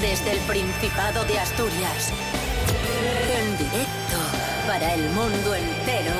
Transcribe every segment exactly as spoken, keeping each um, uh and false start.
Desde el Principado de Asturias, en directo para el mundo entero,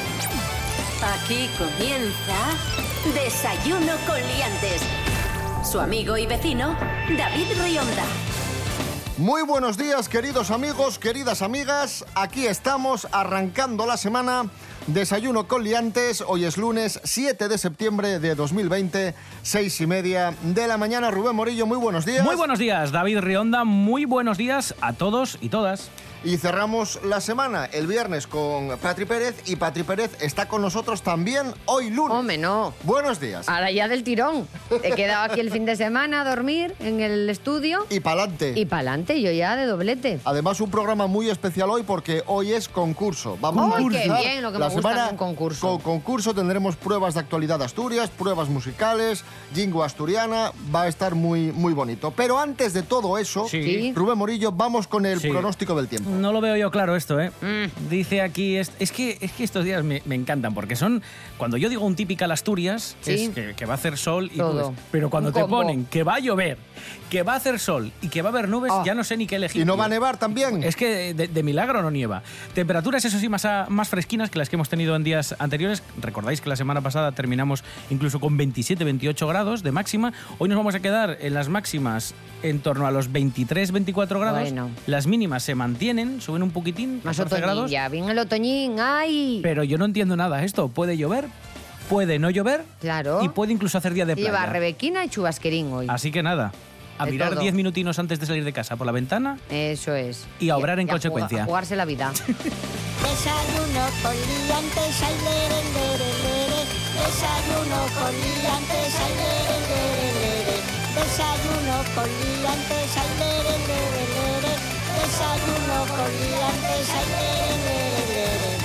aquí comienza Desayuno con Liantes. Su amigo y vecino, David Rionda. Muy buenos días, queridos amigos, queridas amigas. Aquí estamos arrancando la semana. Desayuno con Liantes. Hoy es lunes siete de septiembre de dos mil veinte, seis y media de la mañana. Rubén Morillo, muy buenos días. Muy buenos días, David Rionda. Muy buenos días a todos y todas. Y cerramos la semana el viernes con Patri Pérez. Y Patri Pérez está con nosotros también hoy lunes. Hombre, no. Buenos días. Ahora ya del tirón. He quedado aquí el fin de semana a dormir en el estudio. Y pa'lante. Y pa'lante, yo ya de doblete. Además, un programa muy especial hoy porque hoy es concurso. Vamos ¡Ay, a qué empezar bien! Lo que la me gusta semana de un concurso. Con concurso tendremos pruebas de actualidad de Asturias, pruebas musicales, jingo asturiana. Va a estar muy, muy bonito. Pero antes de todo eso, Sí. Rubén Morillo, vamos con el Sí. pronóstico del tiempo. No lo veo yo claro esto, ¿eh? Mm. Dice aquí... Es, es, que, es que estos días me, me encantan, porque son... Cuando yo digo un típical Asturias, Sí. es que, que va a hacer sol y Todo. nubes. Pero cuando Un te combo. ponen que va a llover, que va a hacer sol y que va a haber nubes, Oh. ya no sé ni qué elegir. ¿Y no tío. va a nevar también? Es que de, de milagro no nieva. Temperaturas, eso sí, más, a- más fresquinas que las que hemos tenido en días anteriores. Recordáis que la semana pasada terminamos incluso con veintisiete, veintiocho grados de máxima. Hoy nos vamos a quedar en las máximas en torno a los veintitrés, veinticuatro grados. Bueno. Las mínimas se mantienen, suben un poquitín, Más catorce otoñín grados. ya. Bien el otoñín, ¡ay! Pero yo no entiendo nada esto. Puede llover, puede no llover Claro. y puede incluso hacer día de playa. Lleva rebequina y chubasquerín hoy. Así que nada, a De mirar todo. diez minutinos antes de salir de casa por la ventana. Eso es. Y a obrar en a consecuencia. jugar- a jugarse la vida. Desayuno con liantes, ay, lere, lere, lere. Desayuno con liantes, ay, lere, lere, lere. Desayuno con liantes, ay, lere, lere, lere. Desayuno con liantes, ay, lere, lere, lere.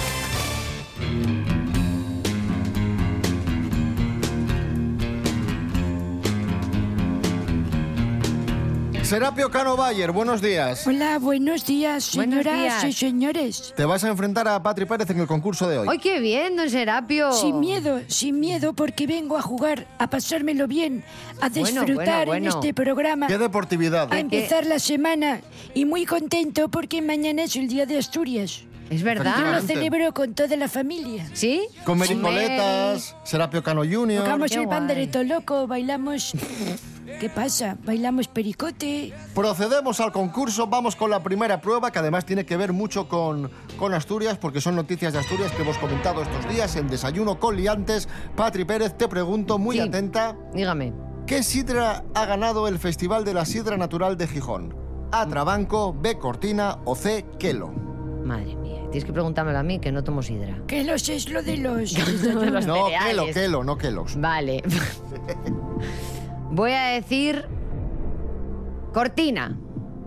Serapio Cano Bayer, buenos días. Hola, buenos días, Buenos señoras días. y señores. Te vas a enfrentar a Patri Pérez en el concurso de hoy. ¡Ay, qué bien, don Serapio! Sin miedo, sin miedo, porque vengo a jugar, a pasármelo bien, a Bueno, disfrutar bueno, en bueno. este programa, ¡Qué deportividad! a empezar la semana y muy contento porque mañana es el Día de Asturias. Es Yo verdad. lo Efectivamente. celebro con toda la familia. ¿Sí? Con Hombre. mericoletas, Serapio Cano Junior. Tocamos qué el guay. bandereto loco, bailamos... ¿Qué pasa? Bailamos pericote. Procedemos al concurso, vamos con la primera prueba, que además tiene que ver mucho con, con Asturias, porque son noticias de Asturias que hemos comentado estos días en Desayuno con Liantes. Patri Pérez, te pregunto, muy Sí. atenta, Dígame. ¿qué sidra ha ganado el Festival de la Sidra Natural de Gijón? A, Trabanco, B, Cortina o C, Quelo. Madre mía. Tienes que preguntármelo a mí, que no tomo sidra. ¿Qué los es lo de los...? De los No, cereales. Quelo, Quelo, no Quelos. Vale. Voy a decir... Cortina.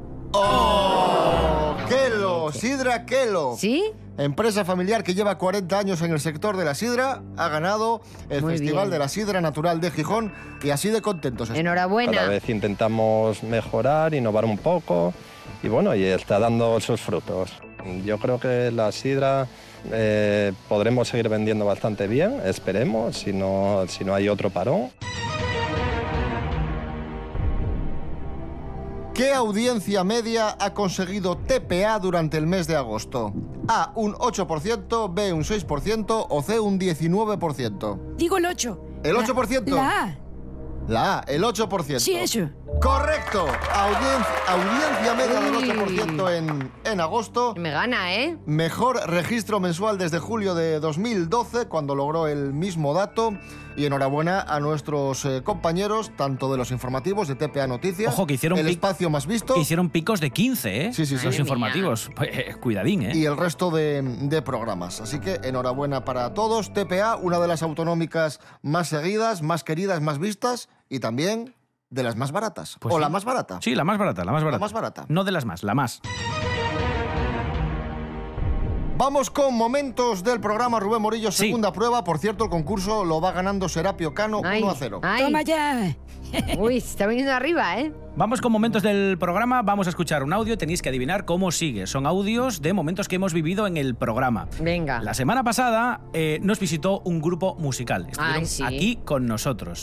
¡Oh! Quelo, Sidra Quelo. ¿Sí? Empresa familiar que lleva cuarenta años en el sector de la sidra, ha ganado el Muy Festival bien. de la Sidra Natural de Gijón y así de contentos. estamos. Enhorabuena. Cada vez intentamos mejorar, innovar un poco y bueno, y está dando sus frutos. Yo creo que la sidra eh, podremos seguir vendiendo bastante bien, esperemos, si no, si no hay otro parón. ¿Qué audiencia media ha conseguido T P A durante el mes de agosto? A, un ocho por ciento, B, un seis por ciento o C, un diecinueve por ciento. Digo el ocho. ¿El ocho por ciento? La A. La A, el ocho por ciento. Sí, eso. Correcto. Audiencia, audiencia media del Uy. ocho por ciento en, en agosto. Me gana, ¿eh? Mejor registro mensual desde julio de dos mil doce, cuando logró el mismo dato. Y enhorabuena a nuestros eh, compañeros, tanto de los informativos de T P A Noticias, Ojo, que hicieron el pic- espacio más visto, Que hicieron picos de quince, ¿eh? Sí, sí, sí. Los Madre informativos. Pues, eh, cuidadín, ¿eh? y el resto de, de programas. Así que enhorabuena para todos. T P A, una de las autonómicas más seguidas, más queridas, más vistas y también de las más baratas. Pues o sí. la más barata. Sí, la más barata, la más barata. más barata. No de las más, la más. Vamos con momentos del programa Rubén Morillo, Sí. segunda prueba. Por cierto, el concurso lo va ganando Serapio Cano Ay, uno a cero. ay. Toma ya. Uy, se está viniendo arriba, ¿eh? Vamos con momentos del programa, vamos a escuchar un audio, tenéis que adivinar cómo sigue. Son audios de momentos que hemos vivido en el programa. Venga. La semana pasada eh, nos visitó un grupo musical. Estuvieron Ay, sí. aquí con nosotros.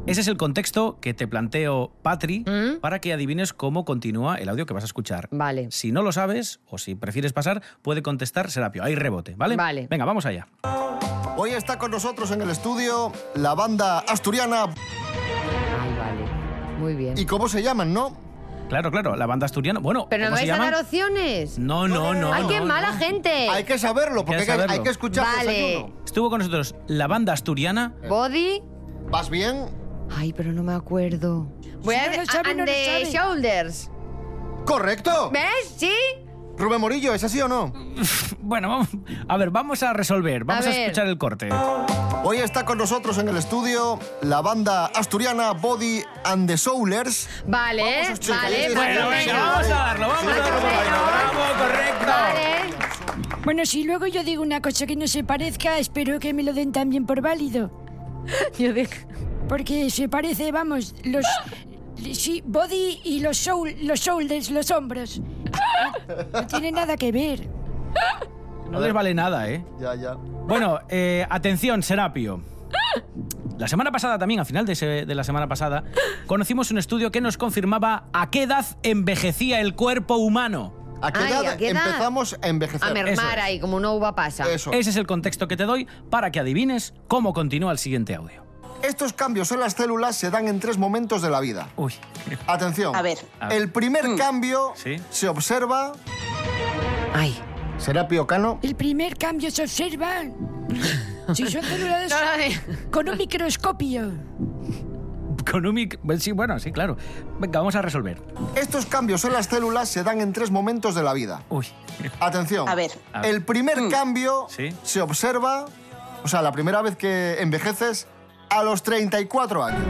Ese es el contexto que te planteo, Patri, ¿Mm? para que adivines cómo continúa el audio que vas a escuchar. Vale. Si no lo sabes, o si prefieres pasar, puede contestar Serapio. Hay rebote, ¿vale? Vale. Venga, vamos allá. Hoy está con nosotros en el estudio la banda asturiana. Ay, vale. Muy bien. ¿Y cómo se llaman, no? Claro, claro, la banda asturiana. Bueno, ¿Pero no ¿cómo se vais a llaman? dar opciones? No, no, no. ¡Ay, qué no, mala no. gente! Hay que saberlo, porque Hay que hay que, saberlo. hay que escuchar Vale. Desayuno. Estuvo con nosotros la banda asturiana. Body. ¿Vas bien? Ay, pero no me acuerdo. Voy Si a no lo ver. sabe, And no lo the sabe. Shoulders. ¡Correcto! ¿Ves? ¿Sí? Rubén Morillo, ¿es así o no? Bueno, vamos, a ver, vamos a resolver. Vamos a, A ver. escuchar el corte. Hoy está con nosotros en el estudio la banda asturiana Body and the Soulers. Vale, Vamos a escuchar. vale. Sí, pues Bueno, sí, venga, sí, vamos sí. a darlo, vamos Sí, a darlo. sí, sí. Bravo, correcto. Vale. Bueno, si luego yo digo una cosa que no se parezca, espero que me lo den también por válido. Yo dije. Porque se parece, vamos, los... Sí, body y los, soul, los shoulders, los hombros. No tiene nada que ver. No les vale nada, ¿eh? Ya, ya. Bueno, eh, atención, Serapio. La semana pasada también, al final de, ese- de la semana pasada, conocimos un estudio que nos confirmaba a qué edad envejecía el cuerpo humano. ¿A qué Ay, edad ¿a qué edad? empezamos a envejecer? A mermar Eso es. ahí, como una uva pasa. Eso. Ese es el contexto que te doy para que adivines cómo continúa el siguiente audio. Estos cambios en las células se dan en tres momentos de la vida. Uy, Atención. A ver. A ver. El primer cambio Sí. se observa... Ay. Serapio Cano. El primer cambio se observa... Si son células No, no, no. con un microscopio. con un mic... Sí, bueno, sí, claro. Venga, vamos a resolver. Estos cambios en las células se dan en tres momentos de la vida. Uy, Atención. A ver. A ver. El primer cambio Sí. se observa, o sea, la primera vez que envejeces, a los treinta y cuatro años.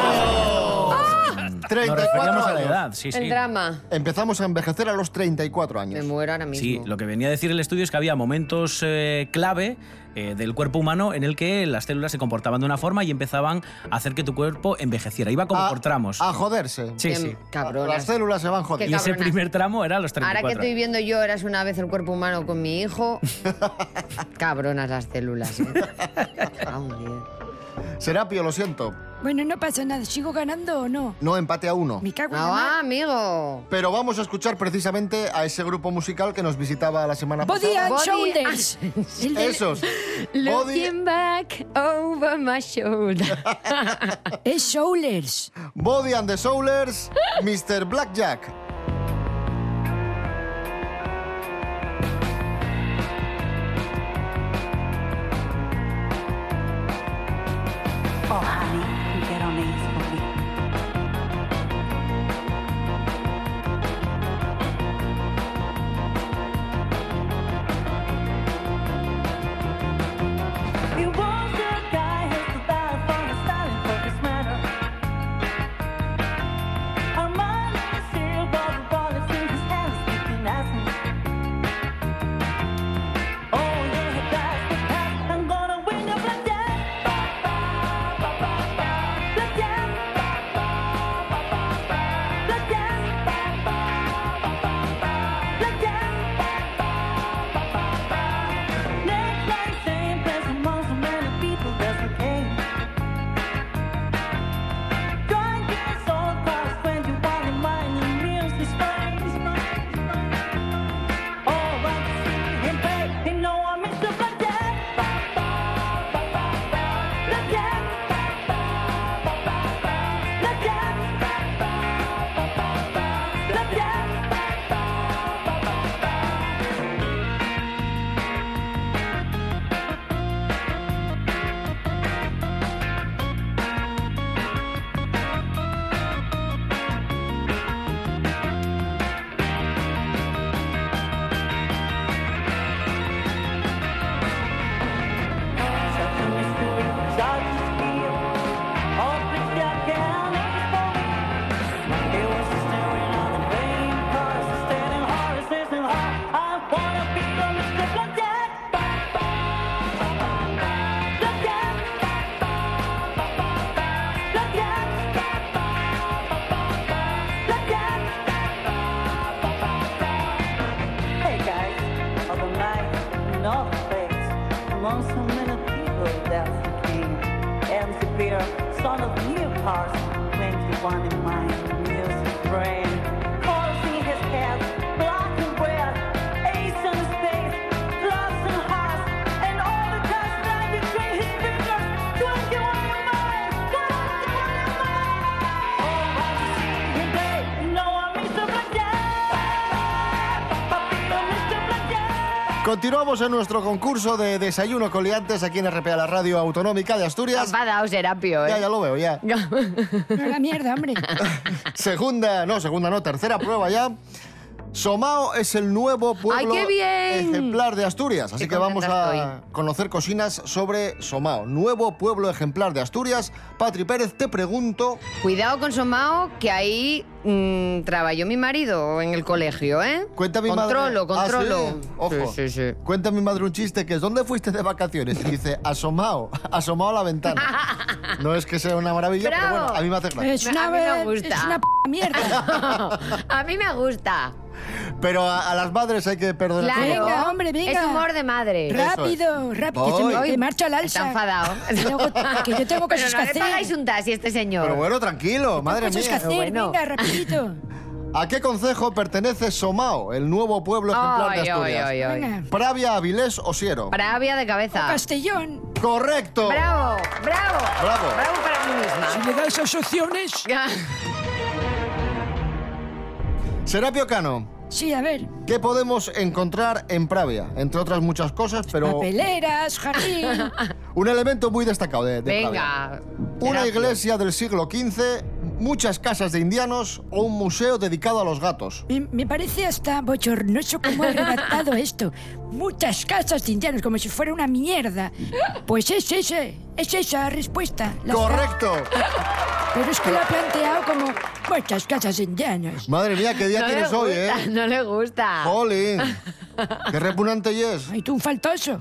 nos treinta y cuatro referíamos a la años. edad, sí, sí. El drama. Empezamos a envejecer a los treinta y cuatro Me años. muero ahora mismo. Sí, lo que venía a decir el estudio es que había momentos eh, clave eh, del cuerpo humano en el que las células se comportaban de una forma y empezaban a hacer que tu cuerpo envejeciera. Iba como A- por tramos. A joderse. Sí, Qué sí. cabronas. Las células se van Y jodiendo. ese cabronas. primer tramo era a los treinta y Ahora que cuatro. estoy viendo yo, eras una vez el cuerpo humano con mi hijo. Cabronas las células, ¿eh? Ah, un diez. Serapio, lo siento. Bueno, no pasa nada. ¿Sigo ganando o no? No, empate a uno. Me cago en la Ah, mar. amigo. Pero vamos a escuchar precisamente a ese grupo musical que nos visitaba la semana Body pasada. and Body shoulders. El del- Esos. Body Looking back over my shoulder. Es shoulders. Body and the Soulers, mister Blackjack. Oh, honey, get on these for me. You was the guy who's the bad for the styling for this matter. Our mind is sealed by the bullets in his hands, speaking as me. Oh, yeah, that's the path. I'm gonna win your blackjack. Blackjack. Blackjack. Blackjack. Next line, same place among so many people, that's the game. Try and get so close when you want your mind and music's strange. Oh, but see him play, you know I'm Mister Blackjack. Blackjack. Blackjack. Blackjack. Such a mystery, such a skill. All Blackjack can explain. It was staring on the playing cards, standing hard, standing hard. I wanna be the Mister Blackjack. Blackjack. Blackjack. Blackjack. Hey guys, of the night, no face. Among so many people, that's the king. M C Peter, son of Leopold. cars, twenty-one in my music brain. Holding his head, black and red, ace in space, clubs and hearts, and all the cars flying between his fingers. twenty-one in mine, twenty-one in mine. Oh, I see him day, you know I'm mister Blackjack. Papito, mister Blackjack. Continuamos en nuestro concurso de Desayuno con Liantes aquí en R P A, la radio autonómica de Asturias. Va dado Serapio, ¿eh? Ya, ya lo veo, ya. No la mierda, hombre. Segunda, no, segunda no, tercera prueba ya. Somao es el nuevo pueblo ¡Ay, qué bien! ejemplar de Asturias. Así Qué que vamos contenta a estoy. conocer cosinas sobre Somao. Nuevo pueblo ejemplar de Asturias. Patri Pérez, te pregunto... Cuidado con Somao, que ahí mm, trabajó mi marido en el colegio, ¿eh? Cuenta mi controlo, madre... controlo. Ah, ¿sí? Ojo. Sí, sí, sí. Cuenta mi madre un chiste que es ¿dónde fuiste de vacaciones? Y dice, asomao, asomao a la ventana. No es que sea una maravilla, pero ¡Bravo! bueno, a mí me hace gracia. Es una, A mí me ve- gusta. Es una p mierda. A mí me gusta. Pero a, a las madres hay que perdonar. Claro. Venga, hombre, venga. Es humor de madre. Rápido, rápido, que, se me, Voy. que marcha al Está alza. enfadado. Luego, que yo tengo Pero cosas no que le hacer. pagáis un taxi a este señor. Pero bueno, tranquilo, madre cosas que mía. hacer, bueno. venga, rapidito. ¿A qué concejo pertenece Somao, el nuevo pueblo ejemplar Ay, de Asturias? ay, ay, ay. Venga. Pravia, Avilés o Siero. Bravia de cabeza. Castellón. ¡Correcto! Bravo, bravo. Bravo. Bravo para mí Si misma. le das esas opciones. Serapio Cano, Sí, a ver. ¿qué podemos encontrar en Pravia? Entre otras muchas cosas, pero Papeleras, jardín. un elemento muy destacado de, de Pravia. Venga. Una Serapio. iglesia del siglo quince, muchas casas de indianos o un museo dedicado a los gatos. Me, me parece hasta bochornoso cómo he redactado esto. Muchas casas de indianos, como si fuera una mierda. Pues es ese, es esa respuesta. Las ca- ¡Correcto! Pero es que lo ha planteado como muchas casas de indianos. Madre mía, qué día No le tienes hoy, gusta, ¿eh? No le gusta. ¡Jolín! ¡Qué repugnante y es! Ay, tú un faltoso.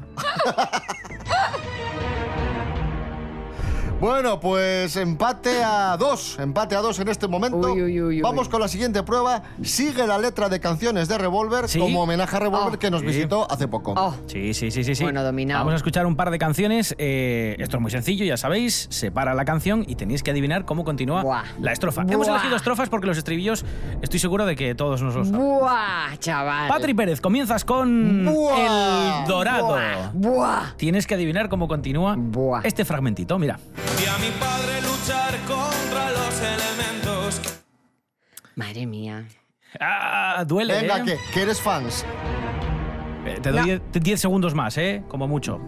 Bueno, pues empate a dos, empate a dos en este momento. Uy, uy, uy, uy. Vamos con la siguiente prueba. Sigue la letra de canciones de Revolver ¿Sí? como homenaje a Revolver Oh. que nos Sí. visitó hace poco. Oh, Sí, sí, sí, sí, sí. Bueno, dominado. Vamos a escuchar un par de canciones. Eh, esto es muy sencillo, ya sabéis. Separa la canción y tenéis que adivinar cómo continúa Buah. la estrofa. Buah. Hemos elegido estrofas porque los estribillos estoy seguro de que todos nos los sabemos. buah, chaval. Patri Pérez, comienzas con Buah. El Dorado. Buah, buah. Tienes que adivinar cómo continúa Buah. este fragmentito. Mira. Vi a mi padre luchar contra los elementos. Madre mía. Ah, duele, Venga, ¿eh? que, que eres fans. Eh, Te doy diez segundos más, ¿eh? Como mucho.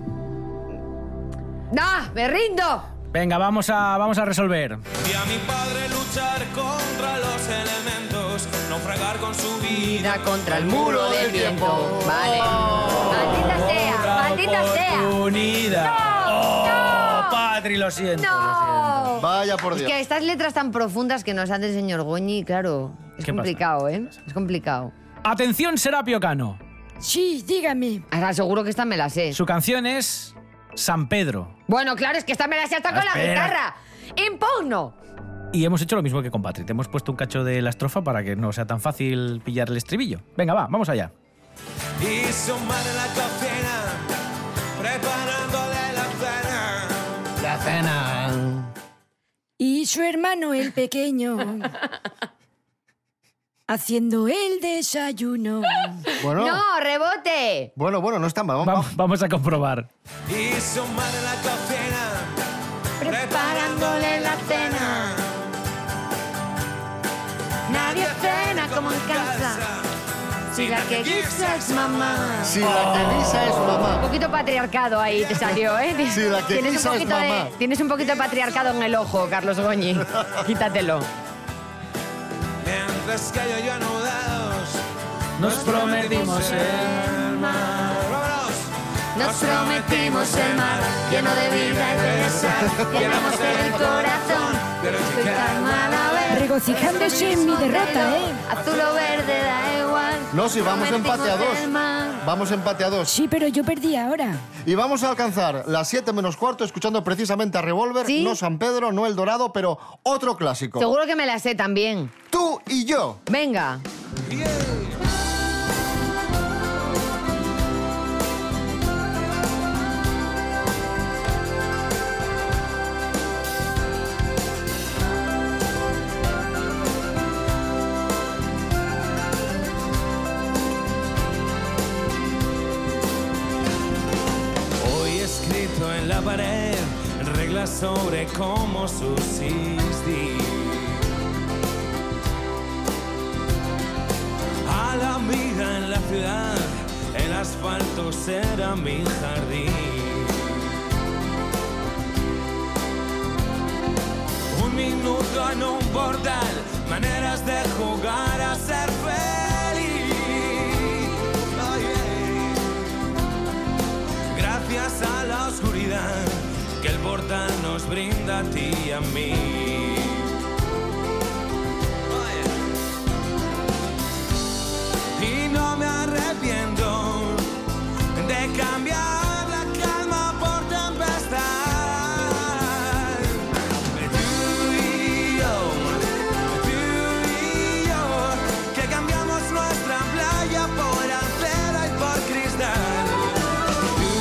¡No! ¡Me rindo! Venga, vamos a, vamos a resolver. Vi a mi padre luchar contra los elementos, naufragar con su vida. Vida contra el muro del viento. Vale. Maldita sea, maldita sea. Oportunidad. ¡No! Oh, Patri, lo siento. lo ¡No! Vaya por Es Dios. que estas letras tan profundas que nos hace el señor Goñi, claro, es ¿Qué pasa? complicado, ¿eh? Es complicado. siento. Atención, Serapio Cano. Sí, dígame. Ahora seguro que esta me la sé. Su canción es San Pedro. Bueno, claro, es que esta me la sé hasta con la Espera. guitarra. ¡Impugno! Y hemos hecho lo mismo que con Patri. Te hemos puesto un cacho de la estrofa para que no sea tan fácil pillar el estribillo. Venga, va, vamos allá. Y su madre en la cocina, preparándole la cena. La cena. Y su hermano, el pequeño, haciendo el desayuno. Bueno, ¡No, rebote! bueno, bueno, no está mal. Vamos, Vamos, vamos a comprobar. Y su madre en la cocina, Preparándole la cena. Nadie cena como en casa. Si la que guisa es mamá. Si la que guisa es Un mamá. poquito patriarcado ahí te salió, ¿eh? Sí, la que tienes, guisa un es poquito de, mamá. tienes un poquito de patriarcado en el ojo, Carlos Goñi. Quítatelo. mientras que yo y anudados, Nos prometimos el mar. ¡Vámonos! Nos prometimos el mar lleno de vida y belleza. Llenamos el corazón. Pero Soy tan mala vez. Regocijándose en mi derrota, ¿eh? Azul o verde da igual. No, si vamos Prometimos empate a dos. el mar. Vamos empate a dos. Sí, pero yo perdí ahora. Y vamos a alcanzar las siete menos cuarto escuchando precisamente a Revolver. ¿Sí? No San Pedro, no El Dorado, pero otro clásico. Seguro que me la sé también. Tú y yo. Venga. sobre cómo subsistir. A la vida en la ciudad, el asfalto será mi jardín. Un minuto en un portal, maneras de jugar a ser feliz. Oh, yeah. Gracias a la oscuridad que el portal nos brinda a ti y a mí. Oh, yeah. Y no me arrepiento de cambiar la calma por tempestad. Tú y yo, tú y yo, que cambiamos nuestra playa por acera y por cristal. Tú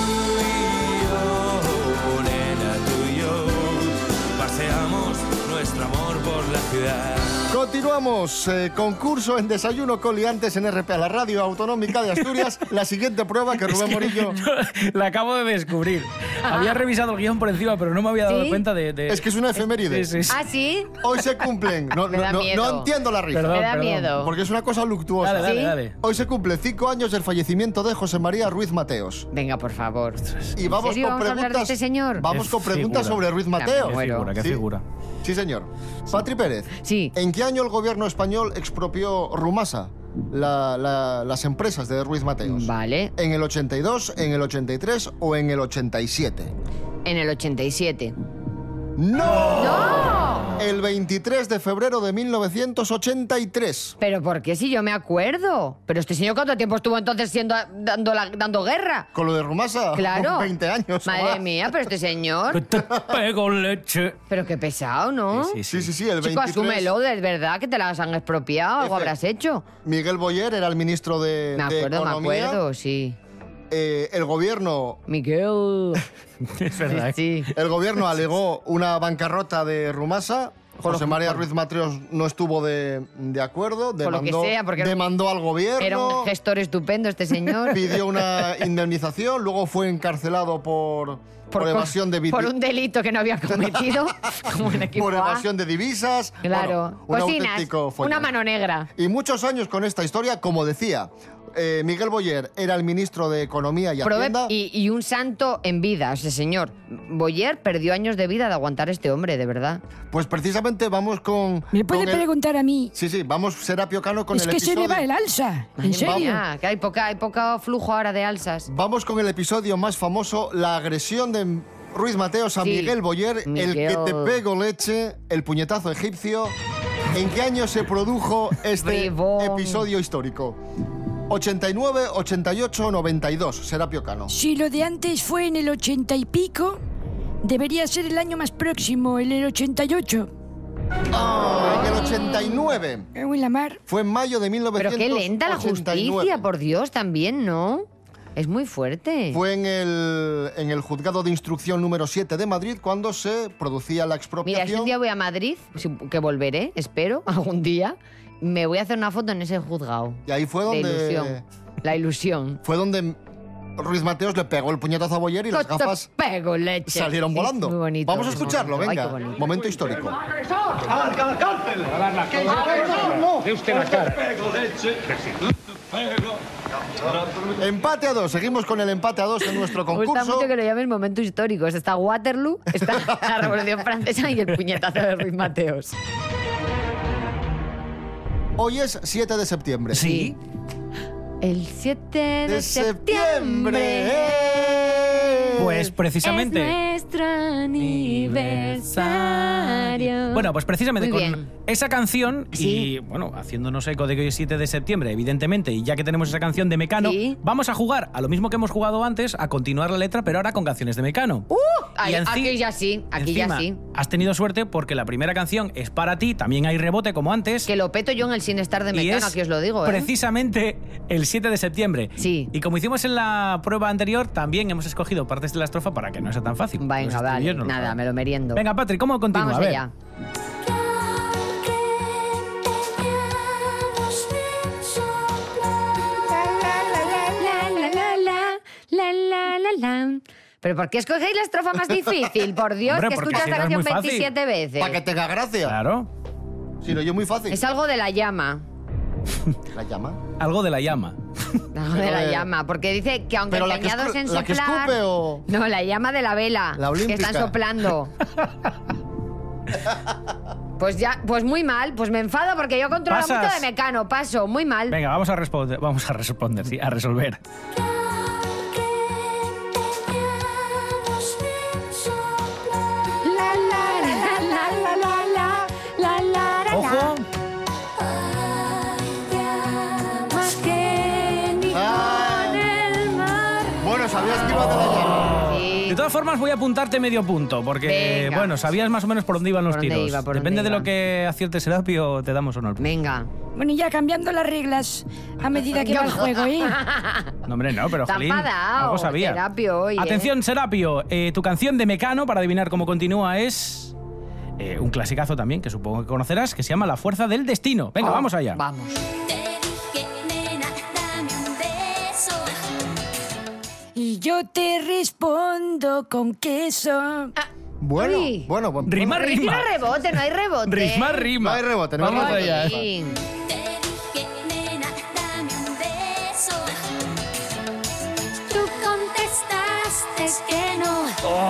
y yo, nena, tú y yo, paseamos nuestro amor por la ciudad. Continuamos, eh, concurso en Desayuno con Liantes en R P A, la radio autonómica de Asturias. La siguiente prueba que Rubén Morillo... La acabo de descubrir. Había revisado el guión por encima, pero no me había dado ¿Sí? cuenta de, de- Es que es una efeméride. Sí, sí, sí. ¿Ah, sí? Hoy se cumplen... No, Me da no, no, miedo. no entiendo la risa. Perdón, Me da perdón. miedo. Porque es una cosa luctuosa. Dale, dale, ¿Sí? dale. Hoy se cumplen cinco años del fallecimiento de José María Ruiz Mateos. Venga, por favor. Y vamos serio con vamos a hablar preguntas. de este señor? Vamos Qué con preguntas figura. sobre Ruiz Ya me Mateos. Qué muero. figura, qué Sí. figura. Sí, señor. Patri Pérez. Sí. ¿En qué año el gobierno español expropió Rumasa, la- la- las empresas de Ruiz Mateos? Vale. ¿En el ochenta y dos, en el ochenta y tres o en el ochenta y siete? En el ochenta y siete. ¡No! ¡No! El veintitrés de febrero de mil novecientos ochenta y tres. ¿Pero por qué si yo me acuerdo? ¿Pero este señor cuánto tiempo estuvo entonces siendo, dando, la- dando guerra? Con lo de Rumasa, Claro. veinte años. o Madre más. mía, pero este Que señor... te pego leche. Pero qué pesado, ¿no? Sí, Sí, sí, sí, el Chico, veintitrés. asúmelo, de verdad, que te las han expropiado, algo Efe. habrás hecho. Miguel Boyer era el ministro de, Me de acuerdo, me Economía. acuerdo, sí. Eh, el gobierno Miguel. Es verdad. ¿eh? Sí. El gobierno alegó una bancarrota de Rumasa. Por lo- José María por- Ruiz Mateos no estuvo de, de acuerdo. Por lo que Demandó, sea, porque era un- demandó al gobierno. Era un gestor estupendo este señor. Pidió una indemnización. Luego fue encarcelado por, por, co- evasión de vi- por un delito que no había cometido, como en equipo por A. evasión de divisas. Claro. Bueno, un Cocinas, auténtico follón. una mano negra. Y muchos años con esta historia, como decía. eh, Miguel Boyer era el ministro de Economía y Prove- Hacienda. y, y un santo en vida, ese señor. Boyer perdió años de vida de aguantar a este hombre, de verdad. Pues precisamente vamos con. ¿Me puede con el- preguntar a mí? Sí, sí, vamos Serapio Cano con Es el que episodio. se le va el alza. Madre ¿En serio? mía, que hay, poca, hay poco flujo ahora de alzas. Vamos con el episodio más famoso, la agresión de Ruiz Mateos a Sí. Miguel Boyer, el Miguel. que te pego leche, el puñetazo egipcio. ¿En qué año se produjo este Bribón. episodio histórico? ochenta y nueve, ochenta y ocho, noventa y dos, Serapio Cano. Si lo de antes fue en el ochenta y pico, debería ser el año más próximo, en el ochenta y ocho. Ah, en el ochenta y nueve. Cago en la mar. Fue en mayo de mil Pero novecientos ochenta y nueve. qué lenta la justicia, por Dios, también, ¿no? Es muy fuerte. Fue en el, en el juzgado de instrucción número siete de Madrid cuando se producía la Mira, expropiación. si un día voy a Madrid, si- que volveré, espero, algún día, me voy a hacer una foto en ese juzgado. Y ahí fue De donde, ilusión. La ilusión. fue donde Ruiz Mateos le pegó el puñetazo a Boyer y las ¡Que te gafas pego leche! salieron Sí, volando. muy bonito, Vamos a muy escucharlo, bonito. Ay, venga. qué bonito. Momento histórico. Empate a dos. Seguimos con el empate a dos en nuestro Me gusta concurso. mucho que lo llamen momentos históricos. Está Waterloo, está la Revolución Francesa y el puñetazo de Ruiz Mateos. Hoy es siete de septiembre. Sí. El siete de, De septiembre. septiembre. Pues precisamente. Es nuestro aniversario. Bueno, pues precisamente Muy con bien. esa canción y, Sí. bueno, haciéndonos eco de que hoy es siete de septiembre, evidentemente, y ya que tenemos esa canción de Mecano, Sí. vamos a jugar a lo mismo que hemos jugado antes, a continuar la letra, pero ahora con canciones de Mecano. ¡Uh! Ay, Y enci- aquí ya sí, aquí encima, ya sí. Has tenido suerte porque la primera canción es para ti, también hay rebote como antes. Que lo peto yo en el Sin Estar de y Mecano, es aquí os lo digo, ¿eh? precisamente el siete de septiembre. Sí. Y como hicimos en la prueba anterior, también hemos escogido partes de la estrofa para que no sea tan fácil. Los Venga, vale, estribillos no lo nada, saben. me lo meriendo. Venga, Patri, ¿cómo continúa? Vamos A ver. allá. La, la, la, la, la, la, la, la, la. ¿Pero por qué escogéis la estrofa más difícil? Por Dios, Hombre, que porque escuchas si esta no es canción muy fácil. veintisiete veces. Para que tenga gracia. Claro. Si no, yo muy fácil. Es algo de la llama. ¿La llama? Algo de la llama. Algo de la eh, llama, porque dice que aunque pero la que empeñados escu- en la que soplar... escupe o- No, la llama de la vela. La que olímpica. están soplando. Pues ya, pues muy mal. Pues me enfado porque yo controlo Pasas. mucho de Mecano. Paso, muy mal. Venga, vamos a responder, vamos a responder, sí, a resolver. La, la, la, la, la, la, la, la, la, la, Ojo. más que ni Ah. con el mar. Bueno, sabías que iba de la llama. Sí. De todas formas, voy a apuntarte medio punto, porque, Venga. bueno, sabías más o menos por dónde iban los ¿Por dónde tiros. iba, por Depende dónde de lo iba? que acierte Serapio, te damos o no el punto. Venga. Bueno, y ya cambiando las reglas a medida que va el juego, ¿eh? No, hombre, no, pero Está Jolín, enfadao, algo sabía. Serapio, hoy, ¿eh? Atención, Serapio, eh, tu canción de Mecano, para adivinar cómo continúa, es eh, un clasicazo también, que supongo que conocerás, que se llama La Fuerza del Destino. Venga, Oh, vamos allá. Vamos. Y yo te respondo con queso. Bueno, Uy. bueno, bueno. Rima, bueno. Pero es que no rima. hay rebote, no hay rebote. Rima, rima. No hay rebote, no hay Vamos rebote. allá. eh. Jolín. Tú contestaste que no.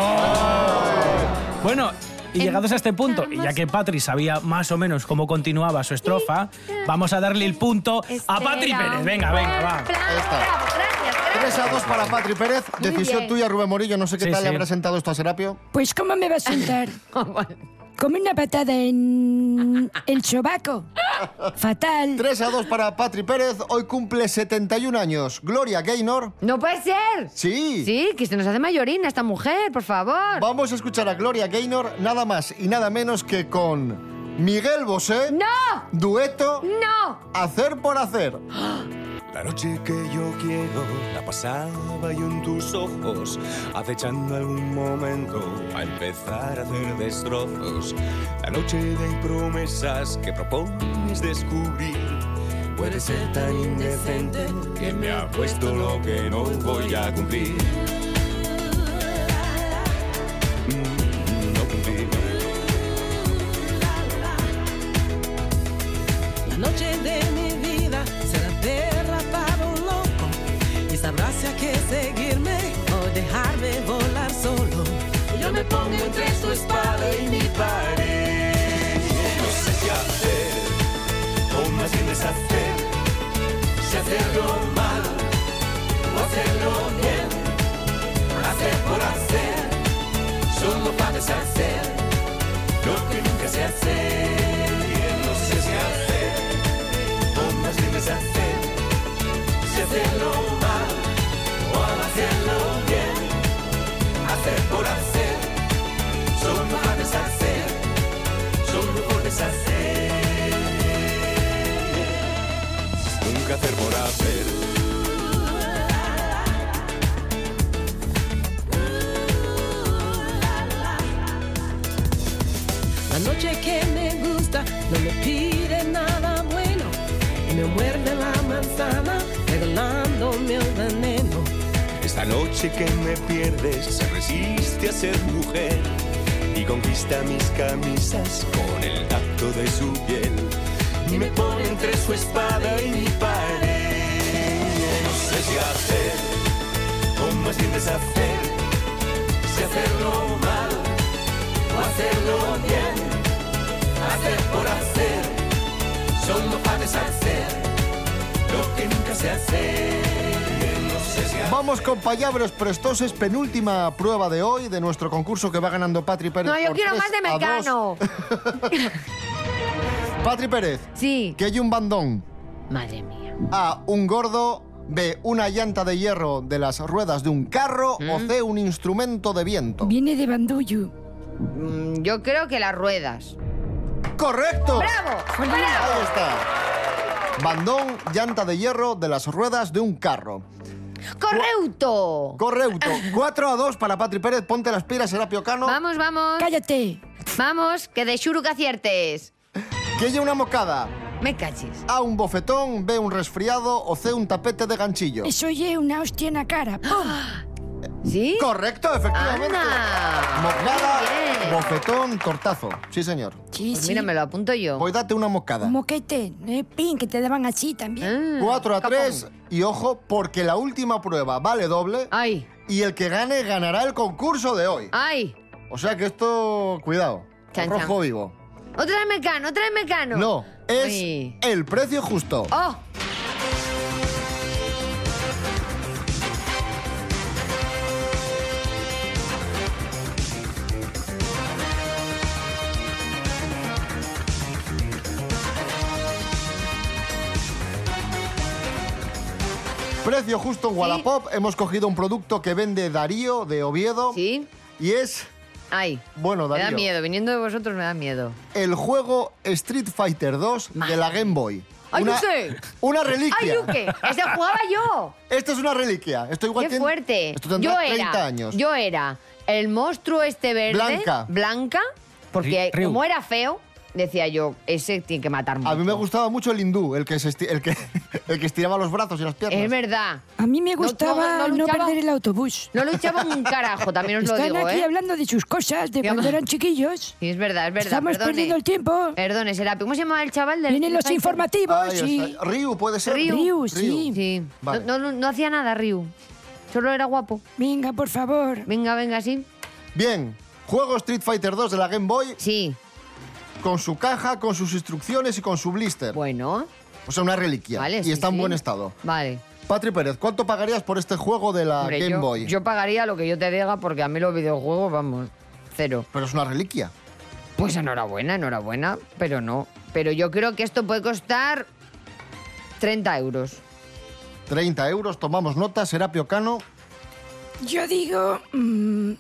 Bueno, y llegados a este punto, y ya que Patri sabía más o menos cómo continuaba su estrofa, vamos a darle el punto a Patri Espera Pérez. un Venga, venga, va. Bravo, Ahí está. bravo, gracias, gracias. tres a dos para Patri Pérez. Muy Decisión bien. tuya, Rubén Morillo. No sé qué Sí, tal le sí. habrá sentado esto a Serapio. Pues, ¿cómo me va a sentar? Como una patada en el sobaco. Fatal. tres a dos para Patri Pérez. Hoy cumple setenta y un años. Gloria Gaynor. No puede ser. Sí. Sí, que se nos hace mayorina esta mujer, por favor. Vamos a escuchar a Gloria Gaynor nada más y nada menos que con Miguel Bosé. ¡No! Dueto ¡No! Hacer por hacer. La noche que yo quiero la pasaba yo en tus ojos, acechando algún momento a empezar a hacer destrozos. La noche de promesas que propones descubrir puede ser tan indecente que me ha puesto lo que no voy a cumplir. Mm, no cumplir. La noche de mi vida será derrapado loco y sabrás si hay que seguirme o dejarme volar solo. Yo me pongo entre tu espada y mi pared. No sé si hacer o más bien deshacer, si hacerlo mal o hacerlo bien. Hacer por hacer, solo para deshacer lo que nunca se hace. No sé si hacer o más bien deshacer, si hacerlo mal o hacerlo bien. Hacer por hacer, solo para deshacer, solo por deshacer. Nunca hacer por hacer. La noche que me gusta no me pide nada bueno y me muerde la manzana regalándome el veneno. Esta noche que me pierdes se resiste a ser mujer y conquista mis camisas con el tacto de su piel. Y me pone entre su espada y mi pared. No sé si hacer o más bien deshacer, si hacerlo mal o hacerlo bien. Hacer por hacer, solo para deshacer lo que nunca se hace. No sé si hacer. Vamos con palabras prestoses, penúltima prueba de hoy de nuestro concurso que va ganando Patri Pérez. No, yo por quiero tres más de a dos. Mecano. Patri Pérez, Sí. que hay un bandón. Madre mía. A, un gordo. B, una llanta de hierro de las ruedas de un carro. ¿Mm? O C, un instrumento de viento. Viene de bandullo. Mm, Yo creo que las ruedas. ¡Correcto! ¡Bravo! ¡Bravo! Ahí está. Bandón, llanta de hierro de las ruedas de un carro. ¡Correcto! Correcto. cuatro a dos para Patri Pérez. Ponte las pilas, Serapio Cano. Vamos, vamos. Cállate. Vamos, que de xuro que aciertes. Que haya una mocada. Me cachis. A, un bofetón. B, un resfriado. O C, un tapete de ganchillo. Eso oye una hostia en la cara. ¡Pum! ¿Sí? Correcto, efectivamente. ¡Anda! Mocada, Muy bien. bofetón, tortazo. Sí, señor. Sí, Pues sí. mira, me lo apunto yo. Pues date una mocada. Un moquete, eh, pin, que te daban así también. Ah, cuatro a capón. tres y ojo, porque la última prueba vale doble ¡Ay! y el que gane ganará el concurso de hoy. ¡Ay! O sea que esto, cuidado. Chan, Rojo chan. vivo. ¡Otra vez Mecano, otra vez Mecano! No, es Uy. el precio justo. ¡Oh! Precio justo en Wallapop. Hemos cogido un producto que vende Darío de Oviedo. ¿Sí? Y es, ¡Ay! bueno, Me da Darío, miedo, viniendo de vosotros me da miedo. el juego Street Fighter dos de la Game Boy. ¡Ay, una, yo sé! Una ¡Ay, reliquia. yo qué! ¡Ese jugaba yo! Esto es una reliquia. Esto igual ¡Qué tiene- fuerte! Esto tendrá Yo treinta era, años. yo era el monstruo este verde. Blanca. Blanca. Porque Ryu. como era feo, decía yo, ese tiene que matar mucho. A mí me gustaba mucho el hindú, el que, se esti- el que, el que estiraba los brazos y las piernas. Es verdad. A mí me No, gustaba no, no, no luchaba. perder el autobús. No luchaba un carajo, también os lo Están digo, aquí ¿eh? hablando de sus cosas, de Ya cuando va. eran chiquillos. Sí, es verdad, es verdad. Estamos perdone. perdiendo el tiempo. Perdone, Serapi. ¿Cómo se llama el chaval del Vienen los Street Fighter? informativos, Ahí sí. está. Ryu puede ser. Ryu. Ryu, sí. Sí. Vale. No, no, no hacía nada, Ryu. Solo era guapo. Venga, por favor. Venga, venga, sí. Bien, juego Street Fighter dos de la Game Boy Sí. con su caja, con sus instrucciones y con su blister. Bueno. O sea, una reliquia. Vale, y sí, está en sí. buen estado. Vale. Patri Pérez, ¿cuánto pagarías por este juego de la Hombre, Game yo, Boy? yo pagaría lo que yo te diga porque a mí los videojuegos, vamos, cero. Pero es una reliquia. Pues enhorabuena, enhorabuena, pero no. Pero yo creo que esto puede costar treinta euros. treinta euros, tomamos nota, Serapio Cano. Yo digo... mm,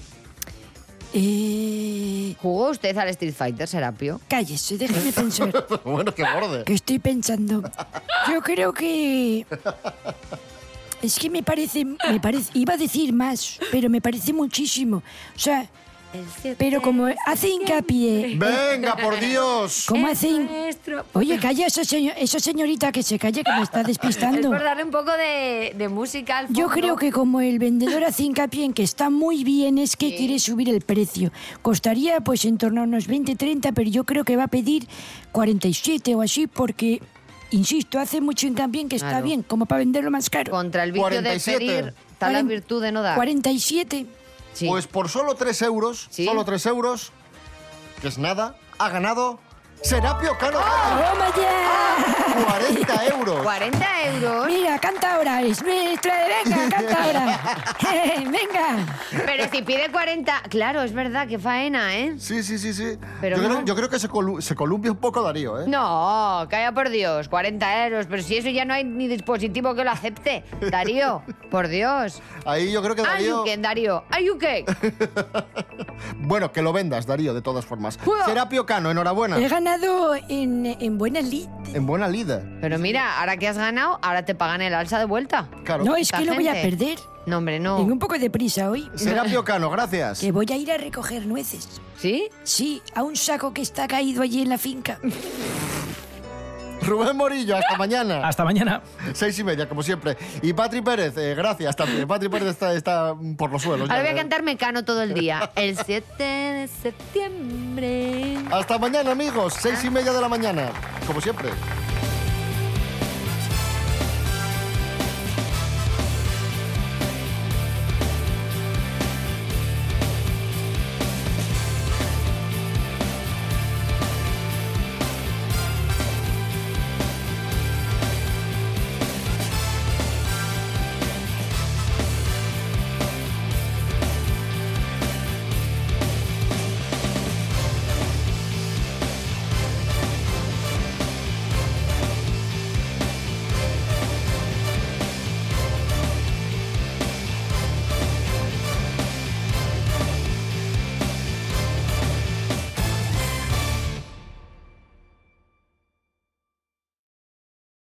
eh, ¿Jugó usted al Street Fighter, Serapio? cállese, déjeme pensar. Bueno, qué borde. Que estoy pensando. Yo creo que... Es que me parece, me parece... Iba a decir más, pero me parece muchísimo. O sea, pero como hace hincapié... Venga, por Dios. Como hace... hin- Oye, calla esa, señor- esa señorita que se calle, que me está Es despistando. por darle un poco de, de música al Yo fondo. creo que como el vendedor hace hincapié en que está muy bien, es que quiere subir el precio. Costaría pues en torno a unos veinte, treinta, pero yo creo que va a pedir cuarenta y siete o así porque, insisto, hace mucho hincapié en que está Claro. bien, como para venderlo más caro. Contra el vicio de cuarenta y siete. pedir está la Cuaren- virtud de no dar. cuarenta y siete. Sí. Pues por solo tres euros, Sí. solo tres euros, que es nada, ha ganado Serapio Cano. ¡Toma ya! cuarenta euros. cuarenta euros. Mira, canta ahora, es nuestra, venga, canta ahora. Venga. Pero si pide cuarenta... Claro, es verdad, qué faena, ¿eh? Sí, sí, sí, sí. Pero yo, no. creo, yo creo que se, colu- se columpia un poco Darío, ¿eh? No, calla por Dios, cuarenta euros. Pero si eso ya no hay ni dispositivo que lo acepte. Darío, por Dios. Ahí yo creo que Are you Darío... can, Darío? Are you can? Bueno, que lo vendas, Darío, de todas formas. Uah. Serapio Cano, enhorabuena. He ganado en, en buena lid. En buena lida. Pero mira, ahora que has ganado, ahora te pagan el alza de vuelta. Claro. No, es Esta que lo voy a gente. perder. No, hombre, no. Tengo un poco de prisa hoy. Serapio Cano, gracias. Que voy a ir a recoger nueces. ¿Sí? Sí, a un saco que está caído allí en la finca. Rubén Morillo, hasta mañana. Hasta mañana. Seis y media, como siempre. Y Patri Pérez, eh, gracias también. Patri Pérez está, está por los suelos. Ahora ya, voy a eh. cantar Mecano todo el día. El siete de septiembre. Hasta mañana, amigos. Seis y media de la mañana, como siempre.